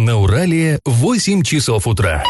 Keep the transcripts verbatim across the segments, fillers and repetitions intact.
На Урале восемь часов утра.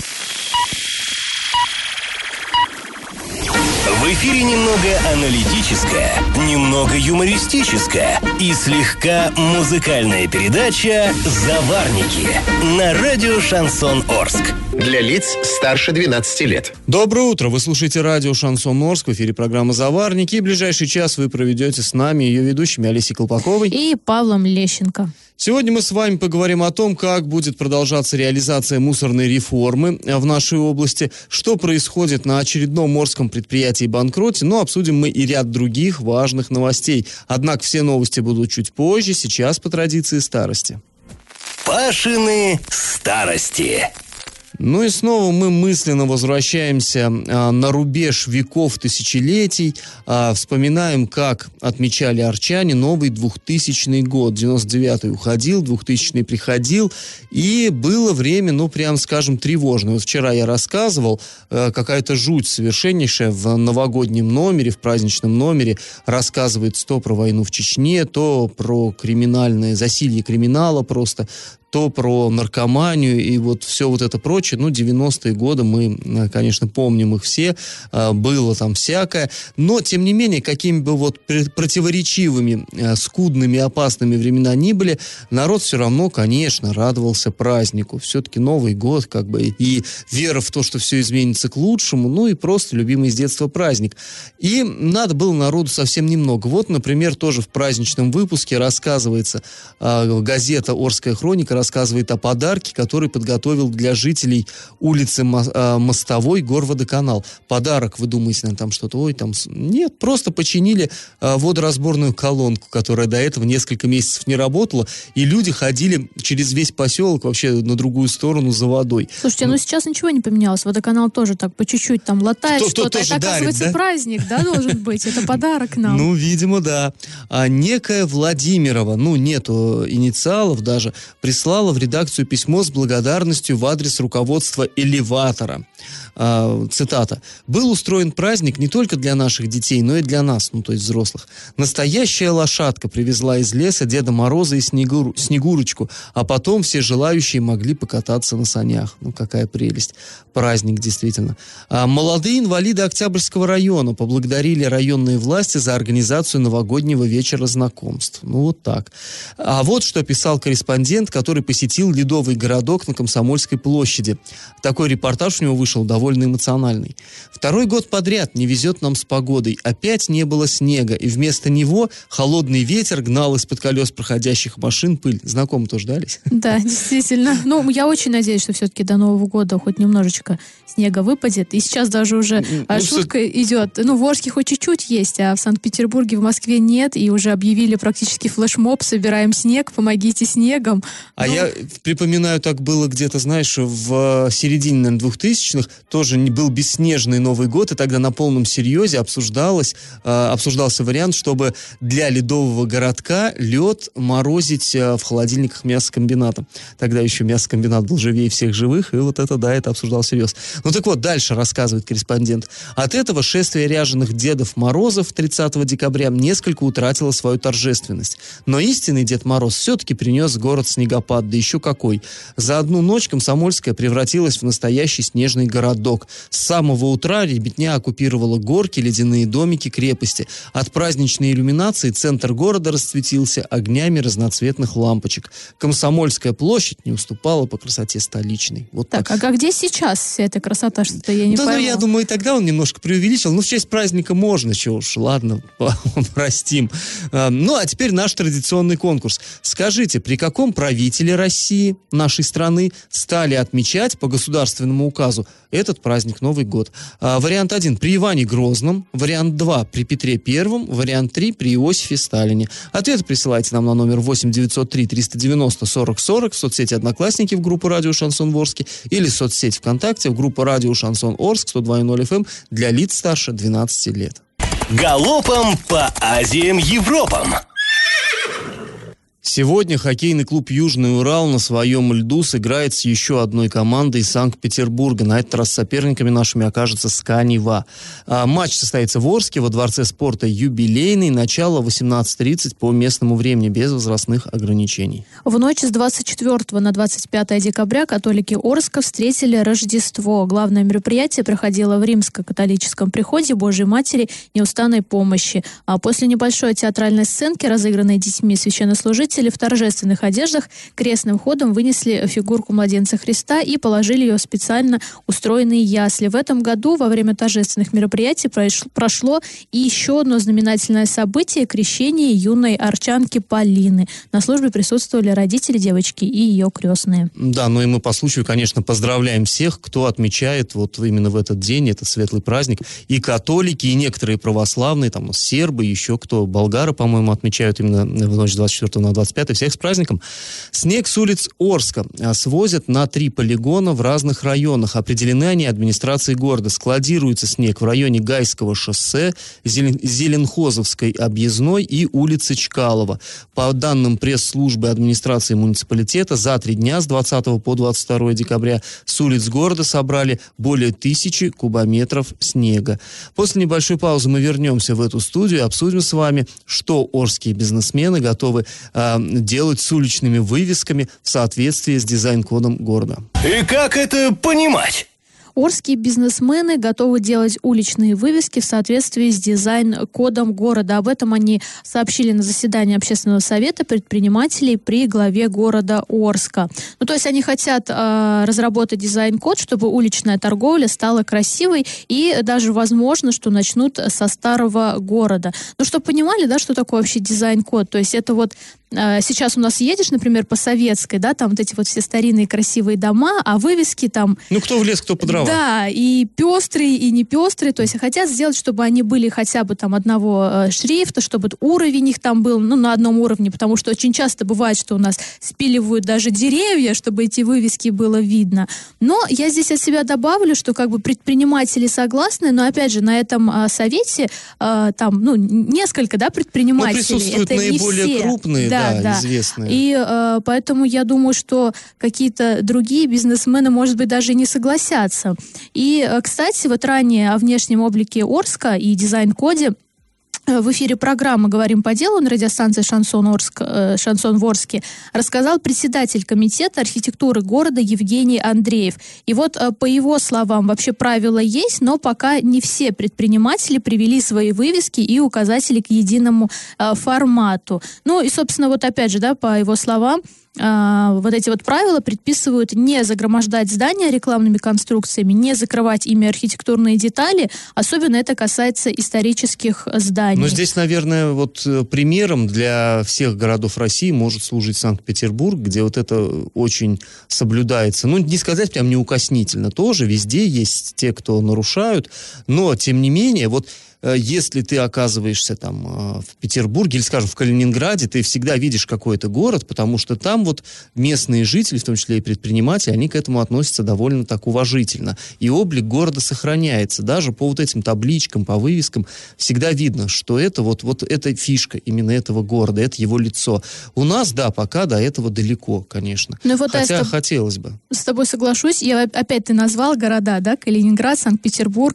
В эфире немного аналитическая, немного юмористическая и слегка музыкальная передача «Заварники» на радио «Шансон Орск». Для лиц старше двенадцати лет. Доброе утро. Вы слушаете радио «Шансон Орск». В эфире программа «Заварники». И ближайший час вы проведете с нами, ее ведущими Олесей Колпаковой и Павлом Лещенко. Сегодня мы с вами поговорим о том, как будет продолжаться реализация мусорной реформы в нашей области, что происходит на очередном Орском предприятии-банкроте, но обсудим мы и ряд других важных новостей. Однако все новости будут чуть позже, сейчас по традиции старости. Пашины старости. Ну и снова мы мысленно возвращаемся а, на рубеж веков, тысячелетий, а, вспоминаем, как отмечали арчане новый двухтысячный год. девяносто девятый уходил, двухтысячный приходил, и было время, ну, прям скажем, тревожное. Вот вчера я рассказывал, а, какая-то жуть совершеннейшая в новогоднем номере, в праздничном номере, рассказывается то про войну в Чечне, то про криминальное засилье криминала просто, то про наркоманию и вот все вот это прочее. Ну, девяностые годы мы, конечно, помним их все, было там всякое, но, тем не менее, какими бы вот противоречивыми, скудными, опасными времена ни были, народ все равно, конечно, радовался празднику. Все-таки Новый год, как бы, и вера в то, что все изменится к лучшему, ну и просто любимый с детства праздник. И надо было народу совсем немного. Вот, например, тоже в праздничном выпуске рассказывается газета «Орская хроника», рассказывает о подарке, который подготовил для жителей улицы Мостовой горводоканал. Подарок, вы думаете, наверное, там что-то, ой, там... Нет, просто починили а, водоразборную колонку, которая до этого несколько месяцев не работала, и люди ходили через весь поселок вообще на другую сторону за водой. Слушайте, ну, ну сейчас ничего не поменялось. Водоканал тоже так по чуть-чуть там латает то, что-то. То, это, дарит, оказывается, да? праздник, да, должен быть? Это подарок нам. Ну, видимо, да. А некая Владимирова, ну, нету инициалов даже, прислала в редакцию письмо с благодарностью в адрес руководства элеватора. А, цитата. «Был устроен праздник не только для наших детей, но и для нас, ну, то есть взрослых. Настоящая лошадка привезла из леса Деда Мороза и Снегур... Снегурочку, а потом все желающие могли покататься на санях». Ну, какая прелесть. Праздник, действительно. А, молодые инвалиды Октябрьского района поблагодарили районные власти за организацию новогоднего вечера знакомств. Ну, вот так. А вот что писал корреспондент, который посетил Ледовый городок на Комсомольской площади. Такой репортаж у него вышел довольно эмоциональный. «Второй год подряд не везет нам с погодой. Опять не было снега, и вместо него холодный ветер гнал из-под колес проходящих машин пыль». Знакомы тоже дались? Да, действительно. Ну, я очень надеюсь, что все-таки до Нового года хоть немножечко снега выпадет. И сейчас даже уже ну, шутка все... идет. Ну, в Орске хоть чуть-чуть есть, а в Санкт-Петербурге, в Москве нет. И уже объявили практически флешмоб «Собираем снег, помогите снегом». А ну... я припоминаю, так было где-то, знаешь, в середине, наверное, двухтысячных, тоже был бесснежный Новый год, и тогда на полном серьезе обсуждалось, э, обсуждался вариант, чтобы для ледового городка лед морозить э, в холодильниках мясокомбината. Тогда еще мясокомбинат был живее всех живых, и вот это, да, это обсуждал всерьез. Ну так вот, дальше рассказывает корреспондент. От этого шествие ряженых Дедов Морозов тридцатого декабря несколько утратило свою торжественность. Но истинный Дед Мороз все-таки принес в город снегопад, да еще какой. За одну ночь Комсомольская превратилась в настоящий снежный городок. С самого утра ребятня оккупировала горки, ледяные домики, крепости. От праздничной иллюминации центр города расцветился огнями разноцветных лампочек. Комсомольская площадь не уступала по красоте столичной. Вот так, так. А где сейчас вся эта красота, что-то я не да, пойму. Ну, я думаю, и тогда он немножко преувеличил. Ну, в честь праздника можно, чего уж, ладно, простим. Ну, а теперь наш традиционный конкурс. Скажите, при каком правителе России, нашей страны, стали отмечать по государственному указу этот праздник, Новый год? А, вариант один при Иване Грозном, вариант два при Петре Первом, вариант три при Иосифе Сталине. Ответы присылайте нам на номер восемь девятьсот три триста девяносто сорок сорок в соцсети «Одноклассники» в группу «Радио Шансон Орск» или в соцсеть ВКонтакте в группу «Радио Шансон Орск» сто два и ноль эф эм для лиц старше двенадцати лет. Галопом по Азиям Европам! Сегодня хоккейный клуб «Южный Урал» на своем льду сыграет с еще одной командой из Санкт-Петербурга. На этот раз соперниками нашими окажется СКА «Нева». А, матч состоится в Орске во Дворце спорта «Юбилейный». Начало восемнадцать тридцать по местному времени, без возрастных ограничений. В ночь с двадцать четвёртого на двадцать пятое декабря католики Орска встретили Рождество. Главное мероприятие проходило в Римско-католическом приходе Божьей Матери Неустанной Помощи. А после небольшой театральной сценки, разыгранной детьми священнослужителей, в торжественных одеждах крестным ходом вынесли фигурку младенца Христа и положили ее в специально устроенные ясли. В этом году во время торжественных мероприятий прошло и еще одно знаменательное событие – крещение юной арчанки Полины. На службе присутствовали родители девочки и ее крестные. Да, ну и мы по случаю, конечно, поздравляем всех, кто отмечает вот именно в этот день, этот светлый праздник. И католики, и некоторые православные, там сербы, еще кто, болгары, по-моему, отмечают именно в ночь двадцать четвёртого на двадцать пятое. Всех с праздником. Снег с улиц Орска свозят на три полигона в разных районах. Определены они администрацией города. Складируется снег в районе Гайского шоссе, Зелен... Зеленхозовской объездной и улицы Чкалова. По данным пресс-службы администрации муниципалитета, за три дня с двадцатого по двадцать второе декабря с улиц города собрали более тысячи кубометров снега. После небольшой паузы мы вернемся в эту студию и обсудим с вами, что орские бизнесмены готовы э, делать с уличными вывесками в соответствии с дизайн-кодом города. И как это понимать? Орские бизнесмены готовы делать уличные вывески в соответствии с дизайн-кодом города. Об этом они сообщили на заседании общественного совета предпринимателей при главе города Орска. Ну, то есть они хотят э, разработать дизайн-код, чтобы уличная торговля стала красивой, и даже возможно, что начнут со старого города. Ну, чтобы понимали, да, что такое вообще дизайн-код. То есть это вот э, сейчас у нас едешь, например, по Советской, да, там вот эти вот все старинные красивые дома, а вывески там... Ну, кто в лес, кто по дрова. Да, и пестрые, и не пестрые, то есть хотят сделать, чтобы они были хотя бы там одного э, шрифта, чтобы уровень их там был, ну, на одном уровне, потому что очень часто бывает, что у нас спиливают даже деревья, чтобы эти вывески было видно. Но я здесь от себя добавлю, что как бы предприниматели согласны, но опять же на этом э, совете э, там, ну, несколько, да, предпринимателей. Но присутствуют это наиболее не все. крупные, да, да, известные. И э, поэтому я думаю, что какие-то другие бизнесмены, может быть, даже не согласятся. И, кстати, вот ранее о внешнем облике Орска и дизайн-коде в эфире программы «Говорим по делу» на радиостанции «Шансон, Орск», э, «Шансон в Орске» рассказал председатель комитета архитектуры города Евгений Андреев. И вот, э, по его словам, вообще правила есть, но пока не все предприниматели привели свои вывески и указатели к единому э, формату. Ну и, собственно, вот опять же, да, по его словам, Uh, вот эти вот правила предписывают не загромождать здания рекламными конструкциями, не закрывать ими архитектурные детали, особенно это касается исторических зданий. Но здесь, наверное, вот примером для всех городов России может служить Санкт-Петербург, где вот это очень соблюдается. Ну, не сказать прям неукоснительно, тоже везде есть те, кто нарушают, но, тем не менее, вот если ты оказываешься там в Петербурге или, скажем, в Калининграде, ты всегда видишь какой-то город, потому что там вот местные жители, в том числе и предприниматели, они к этому относятся довольно так уважительно. И облик города сохраняется. Даже по вот этим табличкам, по вывескам всегда видно, что это вот, вот эта фишка именно этого города, это его лицо. У нас, да, пока до этого далеко, конечно. Ну, вот Хотя я хотелось бы. С тобой соглашусь. Я опять ты назвал города, да, Калининград, Санкт-Петербург.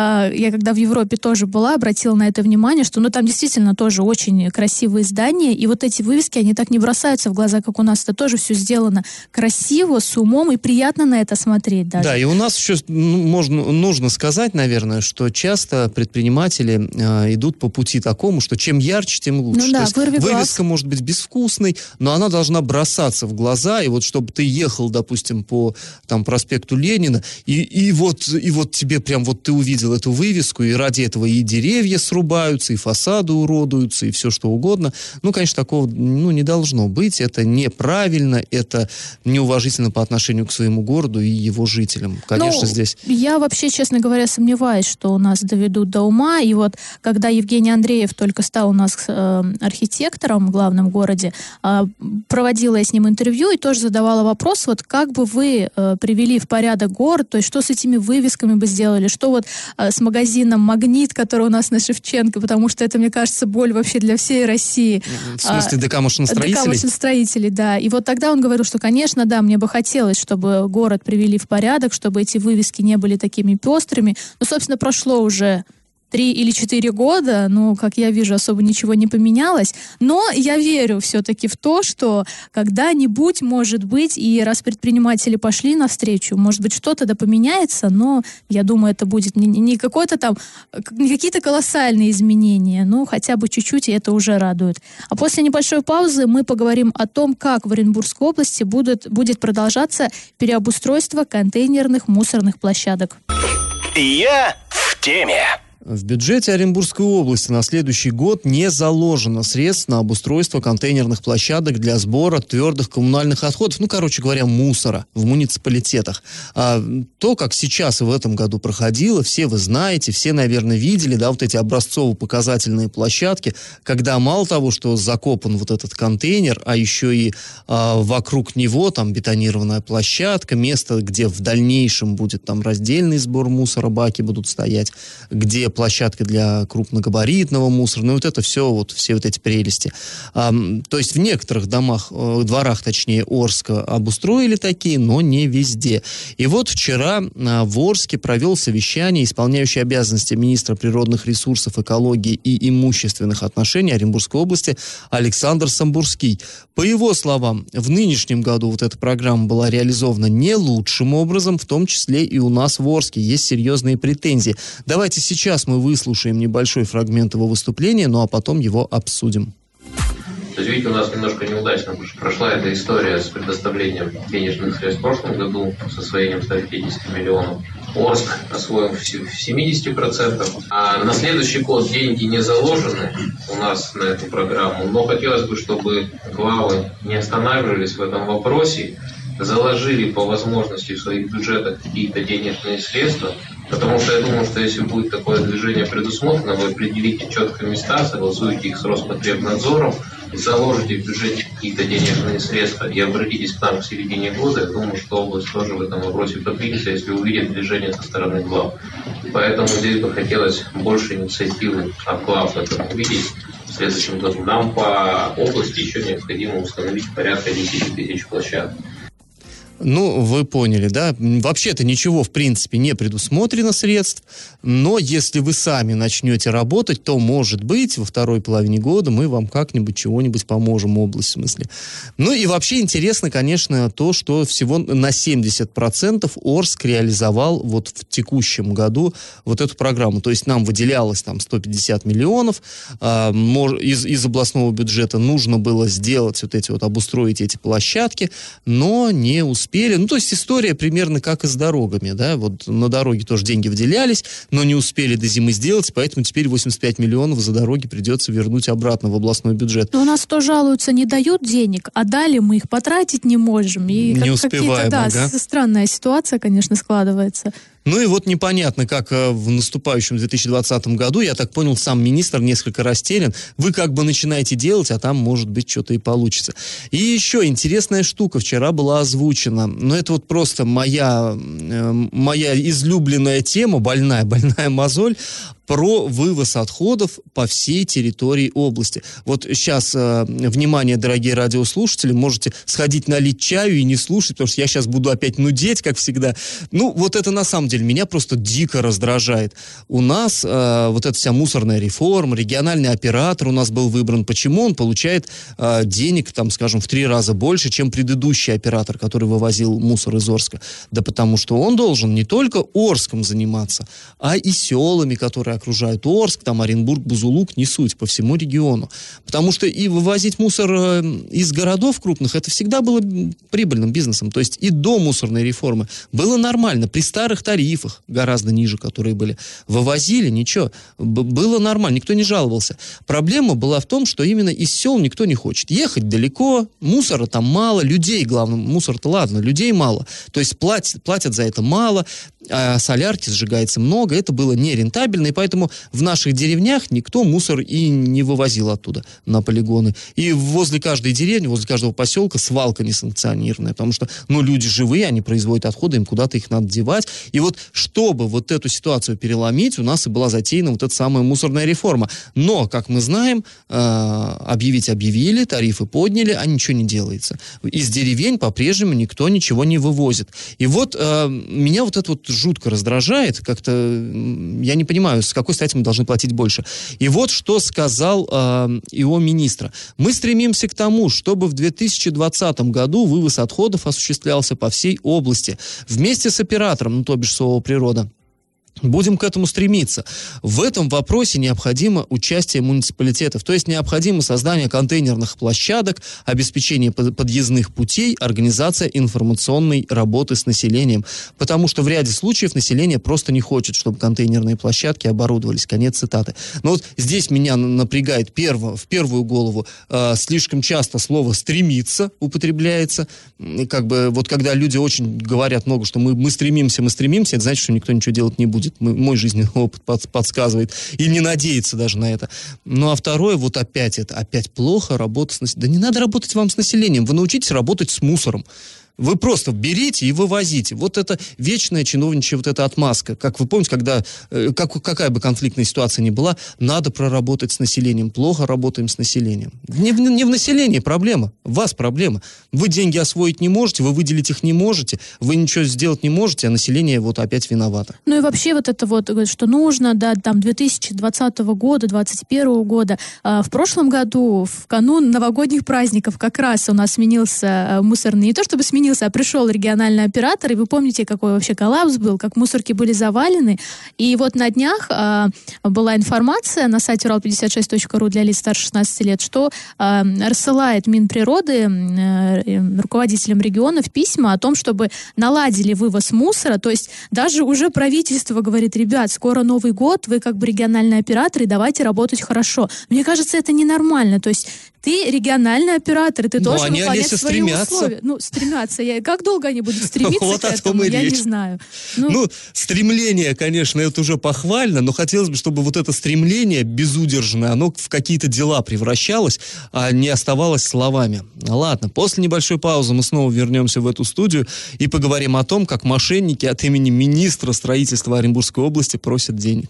Я когда в Европе тоже была, обратила на это внимание, что ну там действительно тоже очень красивые здания, и вот эти вывески, они так не бросаются в глаза, как у нас. Это тоже все сделано красиво, с умом, и приятно на это смотреть даже. Да, и у нас еще можно, нужно сказать, наверное, что часто предприниматели э, идут по пути такому, что чем ярче, тем лучше. Ну да, То есть вывеска глаз. Может быть безвкусной, но она должна бросаться в глаза, и вот чтобы ты ехал, допустим, по там, проспекту Ленина, и, и, вот, и вот тебе прям вот ты увидел эту вывеску, и ради этого и деревья срубаются, и фасады уродуются, и все что угодно. Ну, конечно, такого ну, не должно быть. Это неправильно, это неуважительно по отношению к своему городу и его жителям. Конечно, ну, здесь... Я вообще, честно говоря, сомневаюсь, что у нас доведут до ума. И вот, когда Евгений Андреев только стал у нас э, архитектором в главном городе, э, проводила я с ним интервью и тоже задавала вопрос, вот как бы вы э, привели в порядок город, то есть что с этими вывесками бы сделали, что вот э, с магазином «Магнит», который который у нас на Шевченко, потому что это, мне кажется, боль вообще для всей России. В смысле ДК машиностроителей? ДК машиностроителей, да. И вот тогда он говорил, что, конечно, да, мне бы хотелось, чтобы город привели в порядок, чтобы эти вывески не были такими пестрыми. Но, собственно, прошло уже три или четыре года, ну, как я вижу, особо ничего не поменялось. Но я верю все-таки в то, что когда-нибудь, может быть, и раз предприниматели пошли навстречу, может быть, что-то да поменяется, но я думаю, это будет не, не какое-то там, не какие-то колоссальные изменения, ну, хотя бы чуть-чуть, и это уже радует. А после небольшой паузы мы поговорим о том, как в Оренбургской области будет, будет продолжаться переобустройство контейнерных мусорных площадок. Я в теме. В бюджете Оренбургской области на следующий год не заложено средств на обустройство контейнерных площадок для сбора твердых коммунальных отходов, ну, короче говоря, мусора в муниципалитетах. А то, как сейчас и в этом году проходило, все вы знаете, все, наверное, видели, да, вот эти образцово-показательные площадки, когда мало того, что закопан вот этот контейнер, а еще и а, вокруг него там бетонированная площадка, место, где в дальнейшем будет там раздельный сбор мусора, баки будут стоять, где площадка для крупногабаритного мусора, ну вот это все, вот все вот эти прелести. А, то есть в некоторых домах, э, дворах, точнее, Орска обустроили такие, но не везде. И вот вчера э, в Орске провел совещание исполняющий обязанности министра природных ресурсов, экологии и имущественных отношений Оренбургской области Александр Самбурский. По его словам, в нынешнем году вот эта программа была реализована не лучшим образом, в том числе и у нас в Орске есть серьезные претензии. Давайте сейчас мы выслушаем небольшой фрагмент его выступления, ну а потом его обсудим. То есть, видите, у нас немножко неудачно прошла эта история с предоставлением денежных средств в прошлом году с освоением ста пятидесяти миллионов. Орск освоил в семидесяти процентах, а на следующий год деньги не заложены у нас на эту программу, но хотелось бы, чтобы главы не останавливались в этом вопросе, заложили по возможности в своих бюджетах какие-то денежные средства, потому что я думаю, что если будет такое движение предусмотрено, вы определите четко места, согласуете их с Роспотребнадзором, заложите в бюджете какие-то денежные средства и обратитесь к нам в середине года, я думаю, что область тоже в этом вопросе подвинется, если увидит движение со стороны глав. Поэтому здесь бы хотелось больше инициативы от глав это увидеть. В следующем году нам по области еще необходимо установить порядка десять тысяч площадок. Ну, вы поняли, да? Вообще-то ничего, в принципе, не предусмотрено средств, но если вы сами начнете работать, то, может быть, во второй половине года мы вам как-нибудь чего-нибудь поможем, область в смысле. Ну и вообще интересно, конечно, то, что всего на семьдесят процентов Орск реализовал вот в текущем году вот эту программу. То есть нам выделялось там сто пятьдесят миллионов э, из, из областного бюджета, нужно было сделать вот эти вот, обустроить эти площадки, но не успели. Успели. Ну, то есть история примерно как и с дорогами, да, вот на дороге тоже деньги выделялись, но не успели до зимы сделать, поэтому теперь восемьдесят пять миллионов за дороги придется вернуть обратно в областной бюджет. Но у нас то жалуются, не дают денег, а дали мы их потратить не можем. И не успеваем, да, ага. Странная ситуация, конечно, складывается. Ну и вот непонятно, как в наступающем две тысячи двадцатом году, я так понял, сам министр несколько растерян. Вы как бы начинаете делать, а там, может быть, что-то и получится. И еще интересная штука вчера была озвучена. Но это вот просто моя, э, моя излюбленная тема, больная, больная мозоль, про вывоз отходов по всей территории области. Вот сейчас, э, внимание, дорогие радиослушатели, можете сходить налить чаю и не слушать, потому что я сейчас буду опять нудеть, как всегда. Ну, вот это на самом деле меня просто дико раздражает. У нас э, вот эта вся мусорная реформа, региональный оператор у нас был выбран. Почему он получает э, денег, там, скажем, в три раза больше, чем предыдущий оператор, который вывозил мусор из Орска? Да потому что он должен не только Орском заниматься, а и селами, которые окружают Орск, там Оренбург, Бузулук, не суть, по всему региону. Потому что и вывозить мусор э, из городов крупных, это всегда было прибыльным бизнесом. То есть и до мусорной реформы было нормально. При старых тарифах, гораздо ниже, которые были, вывозили, ничего, б- было нормально, никто не жаловался. Проблема была в том, что именно из сел никто не хочет. Ехать далеко, мусора там мало, людей, главное, мусор-то ладно, людей мало. То есть платят, платят за это мало, а солярки сжигается много, это было нерентабельно, и поэтому поэтому в наших деревнях никто мусор и не вывозил оттуда на полигоны. И возле каждой деревни, возле каждого поселка свалка несанкционированная, потому что, ну, люди живые, они производят отходы, им куда-то их надо девать. И вот, чтобы вот эту ситуацию переломить, у нас и была затеяна вот эта самая мусорная реформа. Но, как мы знаем, э, объявить объявили, тарифы подняли, а ничего не делается. Из деревень по-прежнему никто ничего не вывозит. И вот э, меня вот это вот жутко раздражает, как-то я не понимаю, с какой стати мы должны платить больше. И вот что сказал э, ИО министра. Мы стремимся к тому, чтобы в две тысячи двадцатом году вывоз отходов осуществлялся по всей области. Вместе с оператором, ну, то бишь СОО «Природа». Будем к этому стремиться. В этом вопросе необходимо участие муниципалитетов, то есть необходимо создание контейнерных площадок, обеспечение подъездных путей, организация информационной работы с населением, потому что в ряде случаев население просто не хочет, чтобы контейнерные площадки оборудовались. Конец цитаты. Но вот здесь меня напрягает перво, в первую голову э, слишком часто слово «стремиться» употребляется, как бы вот когда люди очень говорят много, что мы, мы стремимся, мы стремимся, это значит, что никто ничего делать не будет. Мой жизненный опыт подсказывает. И не надеяться даже на это. Ну, а второе, вот опять это, опять плохо работать с населением. Да не надо работать вам с населением. Вы научитесь работать с мусором. Вы просто берите и вывозите. Вот это вечная чиновничья вот эта отмазка. Как вы помните, когда, как, какая бы конфликтная ситуация ни была, надо проработать с населением. Плохо работаем с населением. Не в, не в населении проблема, в вас проблема. Вы деньги освоить не можете, вы выделить их не можете, вы ничего сделать не можете, а население вот опять виновато. Ну и вообще вот это вот, что нужно, да, там две тысячи двадцатого года, двадцать первого года. А, в прошлом году, в канун новогодних праздников, как раз у нас сменился мусорный, не то чтобы сменился, а пришел региональный оператор, и вы помните, какой вообще коллапс был, как мусорки были завалены. И вот на днях э, была информация на сайте урал пятьдесят шесть точка ру для лиц старше шестнадцати лет, что э, рассылает Минприроды э, руководителям регионов письма о том, чтобы наладили вывоз мусора. То есть даже уже правительство говорит: ребят, скоро Новый год, вы как бы региональные операторы, давайте работать хорошо. Мне кажется, это ненормально. То есть ты региональный оператор, и ты должен выполнять свои стремятся. условия. Ну, стремятся. Я... Как долго они будут стремиться вот к этому, я речь. не знаю. Ну... ну, стремление, конечно, это уже похвально, но хотелось бы, чтобы вот это стремление безудержное, оно в какие-то дела превращалось, а не оставалось словами. Ладно, после небольшой паузы мы снова вернемся в эту студию и поговорим о том, как мошенники от имени министра строительства Оренбургской области просят денег.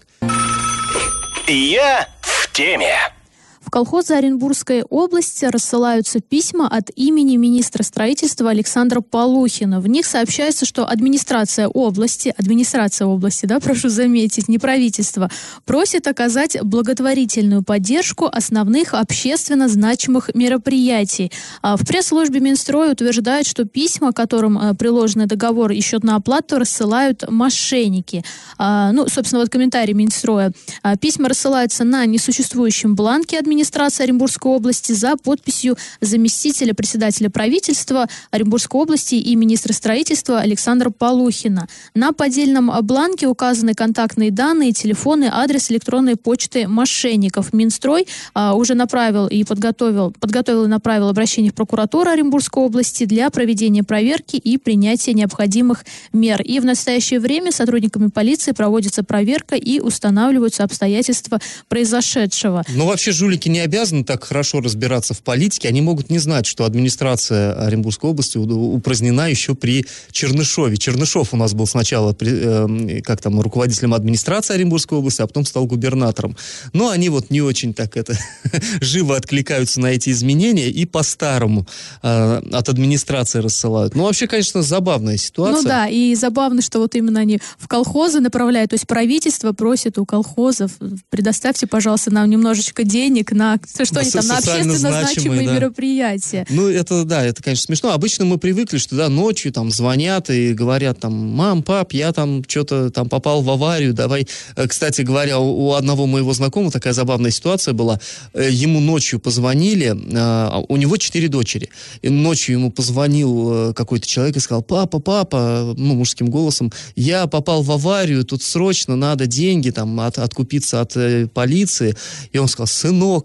Я в теме. В колхозы Оренбургской области рассылаются письма от имени министра строительства Александра Полухина. В них сообщается, что администрация области, администрация области, да, прошу заметить, не правительство, просит оказать благотворительную поддержку основных общественно значимых мероприятий. В пресс-службе Минстроя утверждают, что письма, которым приложен договор и счет на оплату, рассылают мошенники. Ну, собственно, вот комментарий Минстроя. Письма рассылаются на несуществующем бланке администрации администрации Оренбургской области за подписью заместителя председателя правительства Оренбургской области и министра строительства Александра Полухина. На поддельном бланке указаны контактные данные, телефоны, адрес электронной почты мошенников. Минстрой а, уже направил и подготовил, подготовил и направил обращение в прокуратуру Оренбургской области для проведения проверки и принятия необходимых мер. И в настоящее время сотрудниками полиции проводится проверка и устанавливаются обстоятельства произошедшего. Ну, вообще, жулики не обязаны так хорошо разбираться в политике, они могут не знать, что администрация Оренбургской области упразднена еще при Чернышове. Чернышов у нас был сначала э, как там, руководителем администрации Оренбургской области, а потом стал губернатором. Но они вот не очень так это живо откликаются на эти изменения и по-старому э, от администрации рассылают. Ну, вообще, конечно, забавная ситуация. Ну да, и забавно, что вот именно они в колхозы направляют, то есть правительство просит у колхозов: предоставьте, пожалуйста, нам немножечко денег на, что они там, на общественно значимые да. мероприятия. Ну, это, да, это, конечно, смешно. Обычно мы привыкли, что, да, ночью там звонят и говорят там: мам, пап, я там что-то там попал в аварию, давай. Кстати говоря, у, у одного моего знакомого такая забавная ситуация была. Ему ночью позвонили, у него четыре дочери. И ночью ему позвонил какой-то человек и сказал: папа, папа, ну, мужским голосом, я попал в аварию, тут срочно надо деньги там от, откупиться от э, полиции. И он сказал: сынок,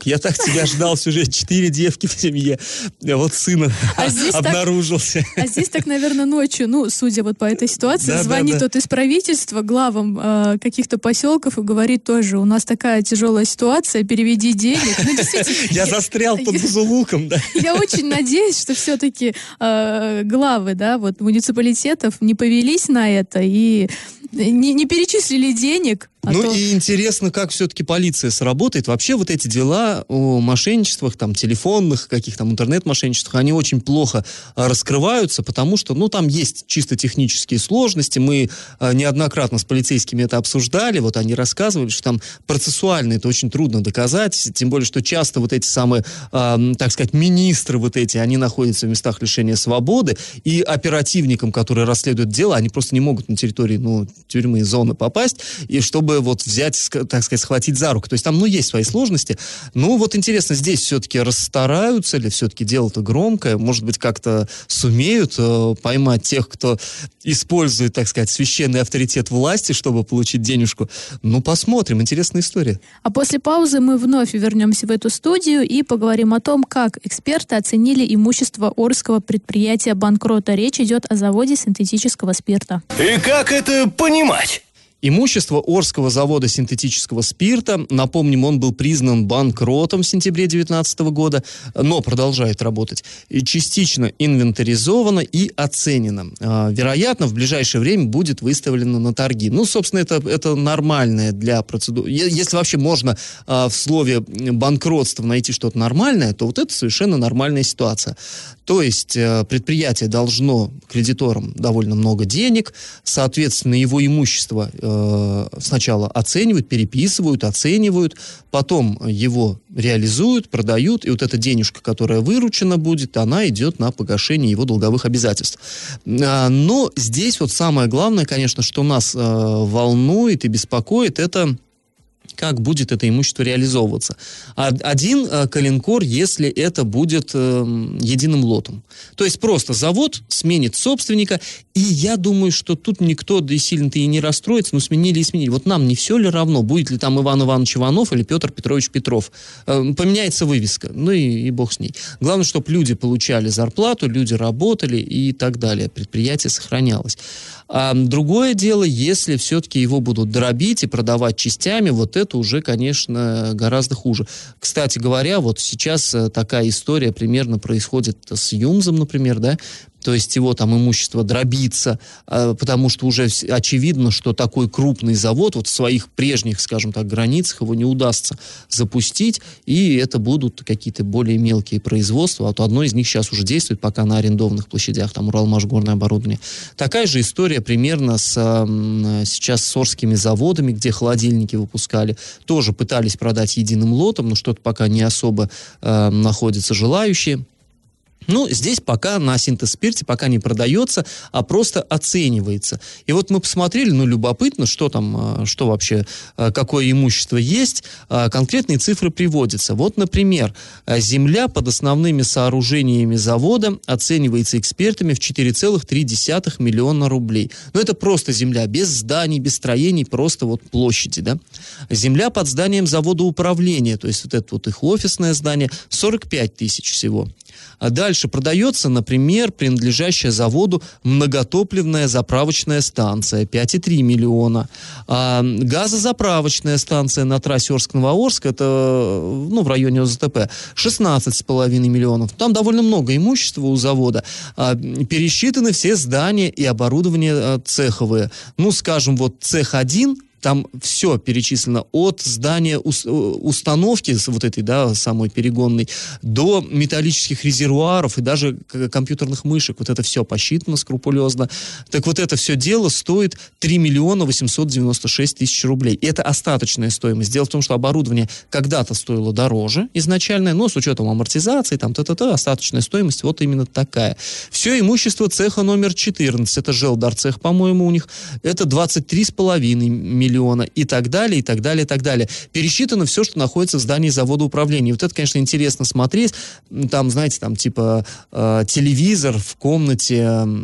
сынок, я так тебя ждал, уже четыре девки в семье. Вот сын а обнаружился. Так, а здесь так, наверное, ночью, ну, судя вот по этой ситуации, да, звонит да, да. тот из правительства главам э, каких-то поселков и говорит тоже, у нас такая тяжелая ситуация, переведи денег. Ну, я застрял под Бузулуком, да. Я очень надеюсь, что все-таки э, главы, да, вот муниципалитетов не повелись на это и не, не перечислили денег. А ну то... и интересно, как все-таки полиция сработает. Вообще вот эти дела о мошенничествах, там, телефонных, каких там интернет-мошенничествах, они очень плохо а, раскрываются, потому что, ну, там есть чисто технические сложности. Мы а, неоднократно с полицейскими это обсуждали, вот они рассказывали, что там процессуально это очень трудно доказать, тем более, что часто вот эти самые, а, так сказать, министры вот эти, они находятся в местах лишения свободы, и оперативникам, которые расследуют дело, они просто не могут на территории, ну, тюрьмы и зоны попасть, и чтобы вот взять, так сказать, схватить за руку. То есть там, ну, есть свои сложности. Ну, вот интересно, здесь все-таки расстараются или все-таки дело-то громкое? Может быть, как-то сумеют э, поймать тех, кто использует, так сказать, священный авторитет власти, чтобы получить денежку? Ну, посмотрим. Интересная история. А после паузы мы вновь вернемся в эту студию и поговорим о том, как эксперты оценили имущество Орского предприятия банкрота. Речь идет о заводе синтетического спирта. И как это понимать? Имущество Орского завода синтетического спирта, напомним, он был признан банкротом в сентябре две тысячи девятнадцатого года, но продолжает работать, и частично инвентаризовано и оценено. Вероятно, в ближайшее время будет выставлено на торги. Ну, собственно, это, это нормальное для процедуры. Если вообще можно в слове банкротство найти что-то нормальное, то вот это совершенно нормальная ситуация. То есть предприятие должно кредиторам довольно много денег, соответственно, его имущество сначала оценивают, переписывают, оценивают, потом его реализуют, продают, и вот эта денежка, которая выручена будет, она идет на погашение его долговых обязательств. Но здесь вот самое главное, конечно, что нас волнует и беспокоит, это как будет это имущество реализовываться. Один э, калинкор, если это будет э, единым лотом. То есть просто завод сменит собственника, и я думаю, что тут никто, да и сильно-то и не расстроится, но сменили и сменили. Вот нам не все ли равно, будет ли там Иван Иванович Иванов или Петр Петрович Петров. Э, поменяется вывеска, ну и, и бог с ней. Главное, чтобы люди получали зарплату, люди работали и так далее. Предприятие сохранялось. А другое дело, если все-таки его будут дробить и продавать частями, вот это уже, конечно, гораздо хуже. Кстати говоря, вот сейчас такая история примерно происходит с ЮМЗом, например, да, то есть его там имущество дробится, потому что уже очевидно, что такой крупный завод вот в своих прежних, скажем так, границах его не удастся запустить, и это будут какие-то более мелкие производства, а то одно из них сейчас уже действует пока на арендованных площадях, там Уралмашгорное оборудование. Такая же история примерно с, сейчас с Орскими заводами, где холодильники выпускали, тоже пытались продать единым лотом, но что-то пока не особо э, находятся желающие. Ну, здесь пока на синтез-спирте пока не продается, а просто оценивается. И вот мы посмотрели, ну, любопытно, что там, что вообще, какое имущество есть. Конкретные цифры приводятся. Вот, например, земля под основными сооружениями завода оценивается экспертами в четыре целых три десятых миллиона рублей. Но это просто земля, без зданий, без строений, просто вот площади, да. Земля под зданием завода управления, то есть вот это вот их офисное здание, сорок пять тысяч всего. А дальше продается, например, принадлежащая заводу многотопливная заправочная станция, пять целых три десятых миллиона. А газозаправочная станция на трассе Орск-Новоорск, это, ну, в районе ОЗТП, шестнадцать целых пять десятых миллионов. Там довольно много имущества у завода. А, пересчитаны все здания и оборудование а, цеховые. Ну, скажем, вот цех один, там все перечислено от здания установки вот этой, да, самой перегонной, до металлических резервуаров и даже компьютерных мышек. Вот это все посчитано скрупулезно. Так вот это все дело стоит три миллиона восемьсот девяносто шесть тысяч рублей. И это остаточная стоимость. Дело в том, что оборудование когда-то стоило дороже изначально, но с учетом амортизации, там, та-та-та, остаточная стоимость вот именно такая. Все имущество цеха номер четырнадцать, это Желдарцех, по-моему, у них, это двадцать три целых пять десятых миллиона миллиона и так далее, и так далее, и так далее. Пересчитано все, что находится в здании завода управления. Вот это, конечно, интересно смотреть. Там, знаете, там типа э, телевизор в комнате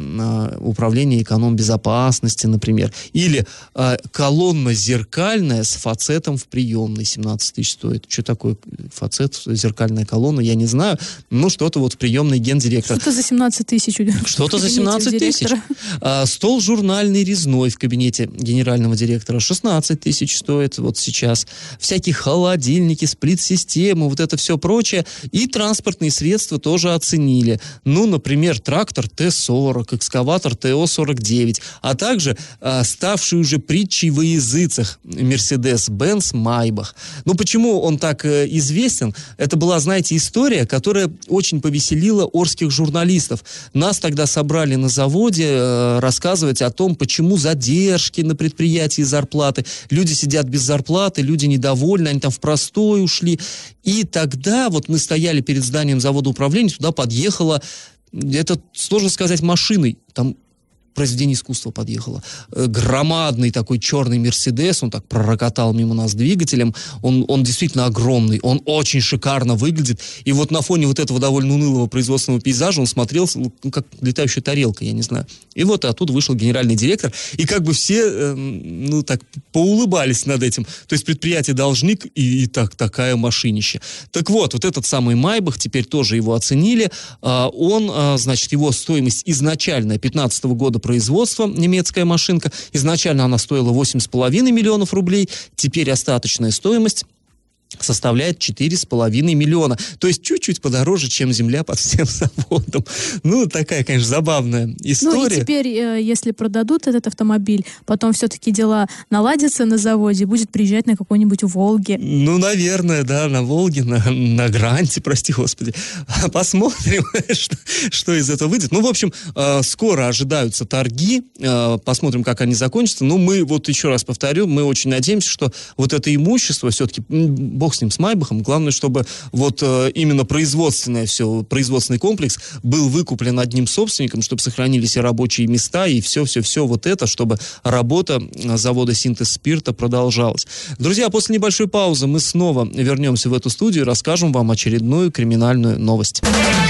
э, управления эконом-безопасности, например. Или э, колонна зеркальная с фацетом в приемной. семнадцать тысяч стоит. Что такое фацет, зеркальная колонна, я не знаю. Ну, что-то вот в приемной гендиректора. Что-то за семнадцать тысяч. Что-то за семнадцать тысяч. А, стол журнальный резной в кабинете генерального директора шестнадцать тысяч стоит вот сейчас. Всякие холодильники, сплит-системы, вот это все прочее. И транспортные средства тоже оценили. Ну, например, трактор Т сорок, экскаватор Т О сорок девять, а также а, ставший уже притчей во языцах Мерседес-Бенц Майбах. Ну, почему он так э, известен? Это была, знаете, история, которая очень повеселила орских журналистов. Нас тогда собрали на заводе э, рассказывать о том, почему задержки на предприятии зарплаты. Люди сидят без зарплаты, люди недовольны, они там в простой ушли. И тогда вот мы стояли перед зданием завода управления, туда подъехала, это сложно сказать, машиной, там произведение искусства подъехало. Громадный такой черный Мерседес, он так пророкотал мимо нас двигателем, он, он действительно огромный, он очень шикарно выглядит, и вот на фоне вот этого довольно унылого производственного пейзажа он смотрелся, ну, как летающая тарелка, я не знаю. И вот оттуда вышел генеральный директор, и как бы все, э, ну, так, поулыбались над этим. То есть предприятие должник и, и так, такая машинище. Так вот, вот этот самый Майбах, теперь тоже его оценили, а, он, а, значит, его стоимость изначальная пятнадцатого года производства, немецкая машинка. Изначально она стоила восемь с половиной миллионов рублей, теперь остаточная стоимость составляет четыре с половиной миллиона. То есть чуть-чуть подороже, чем земля под всем заводом. Ну, такая, конечно, забавная история. Ну, и теперь, если продадут этот автомобиль, потом все-таки дела наладятся на заводе, будет приезжать на какой-нибудь Волге. Ну, наверное, да, на Волге, на, на Гранте, прости господи. Посмотрим, что, что из этого выйдет. Ну, в общем, скоро ожидаются торги, посмотрим, как они закончатся. Но мы, вот еще раз повторю, мы очень надеемся, что вот это имущество все-таки, бог с ним, с Майбахом, главное, чтобы вот э, именно производственное все, производственный комплекс был выкуплен одним собственником, чтобы сохранились и рабочие места, и все-все-все вот это, чтобы работа завода «Синтез спирта» продолжалась. Друзья, после небольшой паузы мы снова вернемся в эту студию и расскажем вам очередную криминальную новость.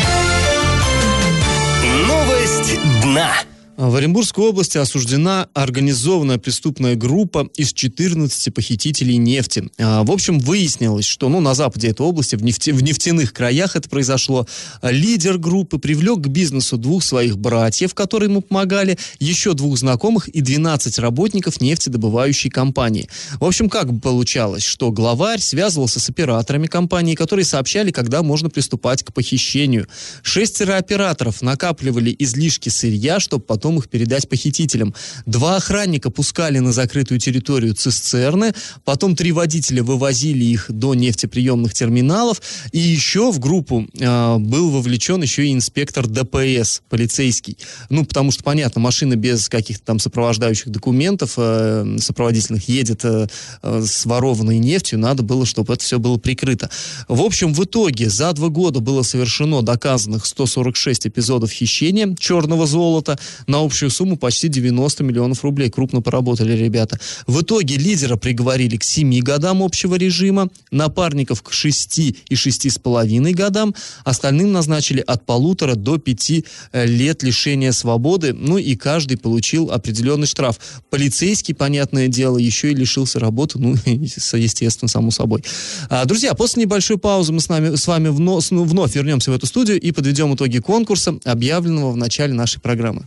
Новость дна. В Оренбургской области осуждена организованная преступная группа из четырнадцати похитителей нефти. В общем, выяснилось, что ну, на западе этой области, в, нефте, в нефтяных краях это произошло. Лидер группы привлек к бизнесу двух своих братьев, которые ему помогали, еще двух знакомых и двенадцать работников нефтедобывающей компании. В общем, как получалось, что главарь связывался с операторами компании, которые сообщали, когда можно приступать к похищению. Шестеро операторов накапливали излишки сырья, чтобы потом их передать похитителям. Два охранника пускали на закрытую территорию цистерны, потом три водителя вывозили их до нефтеприемных терминалов, и еще в группу э, был вовлечен еще и инспектор Дэ Пэ Эс, полицейский. Ну, потому что, понятно, машина без каких-то там сопровождающих документов, э, сопроводительных, едет э, э, с ворованной нефтью, надо было, чтобы это все было прикрыто. В общем, в итоге за два года было совершено доказанных сто сорок шесть эпизодов хищения черного золота, на общую сумму почти девяносто миллионов рублей. Крупно поработали ребята. В итоге лидера приговорили к семи годам общего режима, напарников к шести и шести с половиной годам, остальным назначили от полутора до пяти лет лишения свободы, ну и каждый получил определенный штраф. Полицейский, понятное дело, еще и лишился работы, ну, естественно, само собой. А, друзья, после небольшой паузы мы с, нами, с вами вновь, вновь вернемся в эту студию и подведем итоги конкурса, объявленного в начале нашей программы.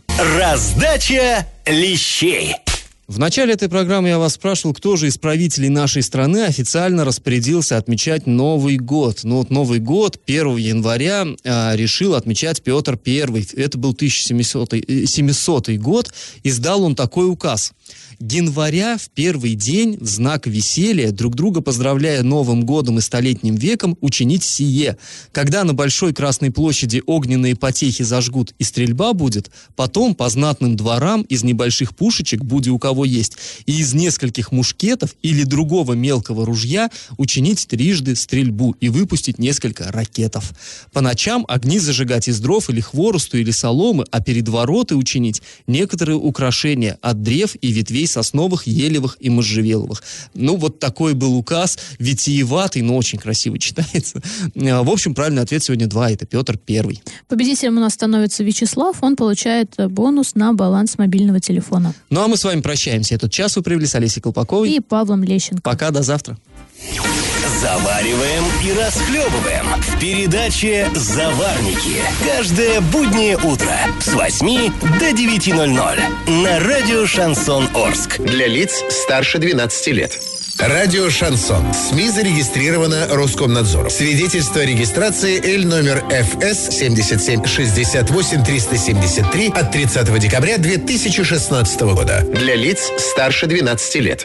Раздача лещей. В начале этой программы я вас спрашивал, кто же из правителей нашей страны официально распорядился отмечать Новый год. Ну вот Новый год первого января а, решил отмечать Петр Первый. Это был тысяча семисотый год. Издал он такой указ. Января в первый день в знак веселья, друг друга поздравляя Новым годом и столетним веком, учинить сие. Когда на Большой Красной площади огненные потехи зажгут и стрельба будет, потом по знатным дворам из небольших пушечек, будь у кого него есть, и из нескольких мушкетов или другого мелкого ружья учинить трижды стрельбу и выпустить несколько ракетов. По ночам огни зажигать из дров или хворосту или соломы, а перед вороты учинить некоторые украшения от древ и ветвей сосновых, елевых и можжевеловых. Ну, вот такой был указ, витиеватый, но очень красиво читается. В общем, правильный ответ сегодня два, это Петр Первый. Победителем у нас становится Вячеслав, он получает бонус на баланс мобильного телефона. Ну, а мы с вами прощаемся. Этот час вы провели с Олесей Колпаковой И Павлом Лещенко. Пока, до завтра. Завариваем и расхлебываем в передаче «Заварники». Каждое буднее утро с восьми до девяти ноль-ноль на радио «Шансон Орск». Для лиц старше двенадцати лет. Радио «Шансон». СМИ зарегистрировано Роскомнадзором. Свидетельство о регистрации Л номер Ф С семьдесят семь шестьдесят восемь триста семьдесят три от тридцатого декабря две тысячи шестнадцатого года. Для лиц старше двенадцати лет.